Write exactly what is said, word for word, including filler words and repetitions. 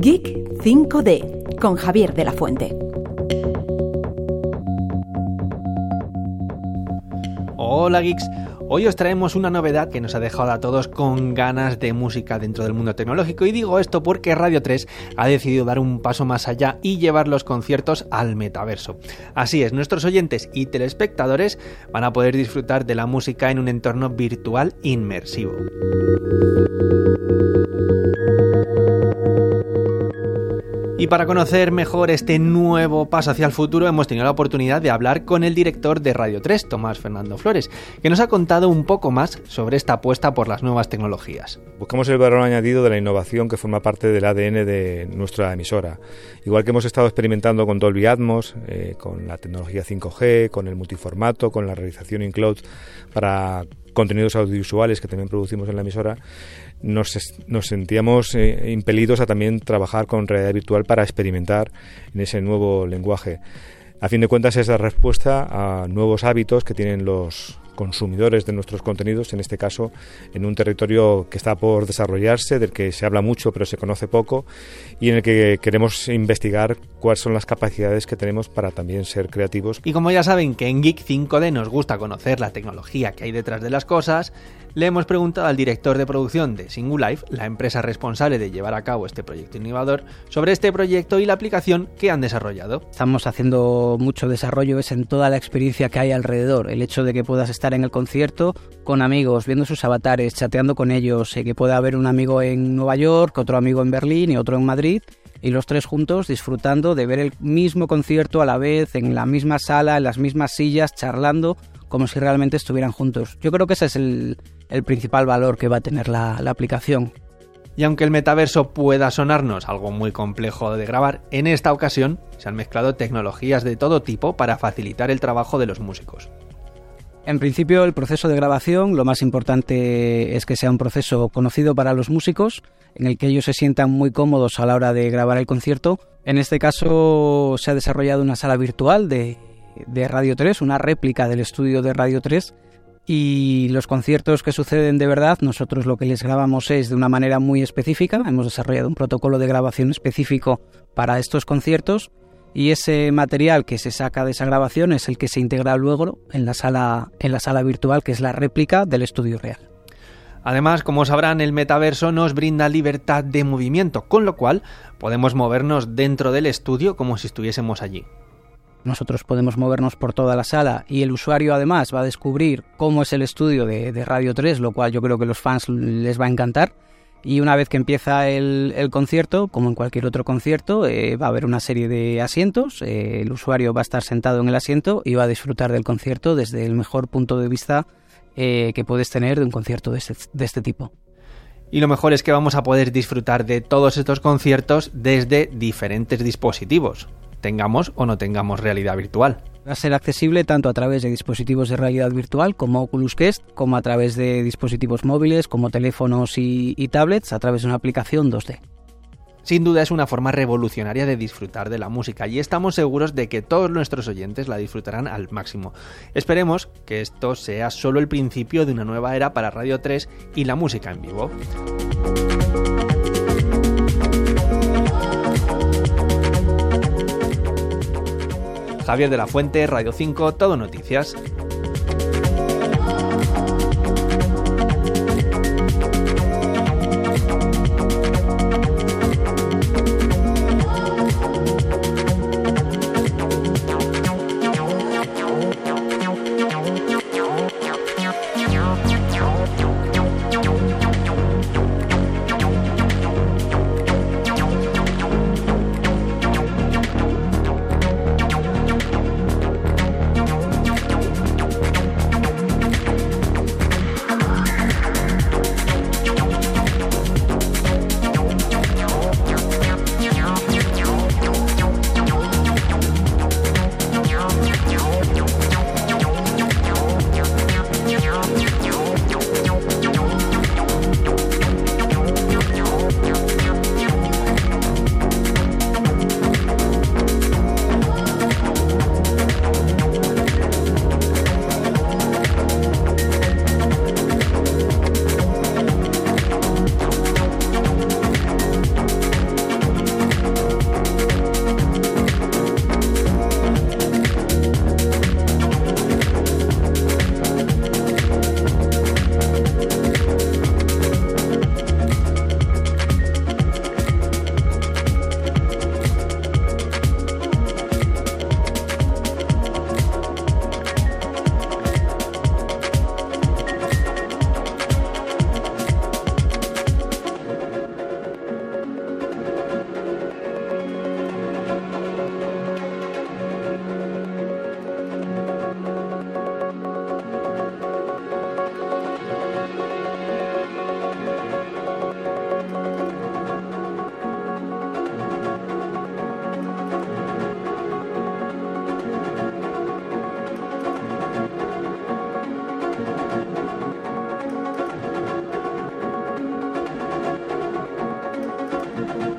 Geek cinco D con Javier de la Fuente. Hola geeks, hoy os traemos una novedad que nos ha dejado a todos con ganas de música dentro del mundo tecnológico, y digo esto porque Radio tres ha decidido dar un paso más allá y llevar los conciertos al metaverso. Así es, nuestros oyentes y telespectadores van a poder disfrutar de la música en un entorno virtual inmersivo. Y para conocer mejor este nuevo paso hacia el futuro hemos tenido la oportunidad de hablar con el director de Radio tres, Tomás Fernando Flores, que nos ha contado un poco más sobre esta apuesta por las nuevas tecnologías. Buscamos el valor añadido de la innovación que forma parte del A D N de nuestra emisora. Igual que hemos estado experimentando con Dolby Atmos, eh, con la tecnología cinco G, con el multiformato, con la realización in cloud para contenidos audiovisuales que también producimos en la emisora, Nos, nos sentíamos eh, impelidos a también trabajar con realidad virtual para experimentar en ese nuevo lenguaje. A fin de cuentas es la respuesta a nuevos hábitos que tienen los consumidores de nuestros contenidos, en este caso en un territorio que está por desarrollarse, del que se habla mucho pero se conoce poco, y en el que queremos investigar cuáles son las capacidades que tenemos para también ser creativos. Y como ya saben que en Geek cinco D nos gusta conocer la tecnología que hay detrás de las cosas, le hemos preguntado al director de producción de Singulife, la empresa responsable de llevar a cabo este proyecto innovador, sobre este proyecto y la aplicación que han desarrollado. Estamos haciendo mucho desarrollo es en toda la experiencia que hay alrededor, el hecho de que puedas estar en el concierto con amigos, viendo sus avatares, chateando con ellos, eh, que pueda haber un amigo en Nueva York, otro amigo en Berlín y otro en Madrid, y los tres juntos disfrutando de ver el mismo concierto a la vez, en la misma sala, en las mismas sillas, charlando, como si realmente estuvieran juntos. Yo creo que ese es el, el principal valor que va a tener la, la aplicación. Y aunque el metaverso pueda sonarnos algo muy complejo de grabar, en esta ocasión se han mezclado tecnologías de todo tipo para facilitar el trabajo de los músicos. En principio, el proceso de grabación, lo más importante es que sea un proceso conocido para los músicos, en el que ellos se sientan muy cómodos a la hora de grabar el concierto. En este caso se ha desarrollado una sala virtual de, de Radio tres, una réplica del estudio de Radio tres, y los conciertos que suceden de verdad, nosotros lo que les grabamos es de una manera muy específica. Hemos desarrollado un protocolo de grabación específico para estos conciertos, y ese material que se saca de esa grabación es el que se integra luego en la sala, en la sala virtual, que es la réplica del estudio real. Además, como sabrán, el metaverso nos brinda libertad de movimiento, con lo cual podemos movernos dentro del estudio como si estuviésemos allí. Nosotros podemos movernos por toda la sala, y el usuario además va a descubrir cómo es el estudio de, de Radio tres, lo cual yo creo que a los fans les va a encantar. Y una vez que empieza el, el concierto, como en cualquier otro concierto, eh, va a haber una serie de asientos, eh, el usuario va a estar sentado en el asiento y va a disfrutar del concierto desde el mejor punto de vista eh, que puedes tener de un concierto de este, de este tipo. Y lo mejor es que vamos a poder disfrutar de todos estos conciertos desde diferentes dispositivos, tengamos o no tengamos realidad virtual. Va a ser accesible tanto a través de dispositivos de realidad virtual como Oculus Quest, como a través de dispositivos móviles como teléfonos y, y tablets, a través de una aplicación dos D. Sin duda es una forma revolucionaria de disfrutar de la música, y estamos seguros de que todos nuestros oyentes la disfrutarán al máximo. Esperemos que esto sea solo el principio de una nueva era para Radio tres y la música en vivo. Javier de la Fuente, Radio cinco, Todo Noticias. Thank you.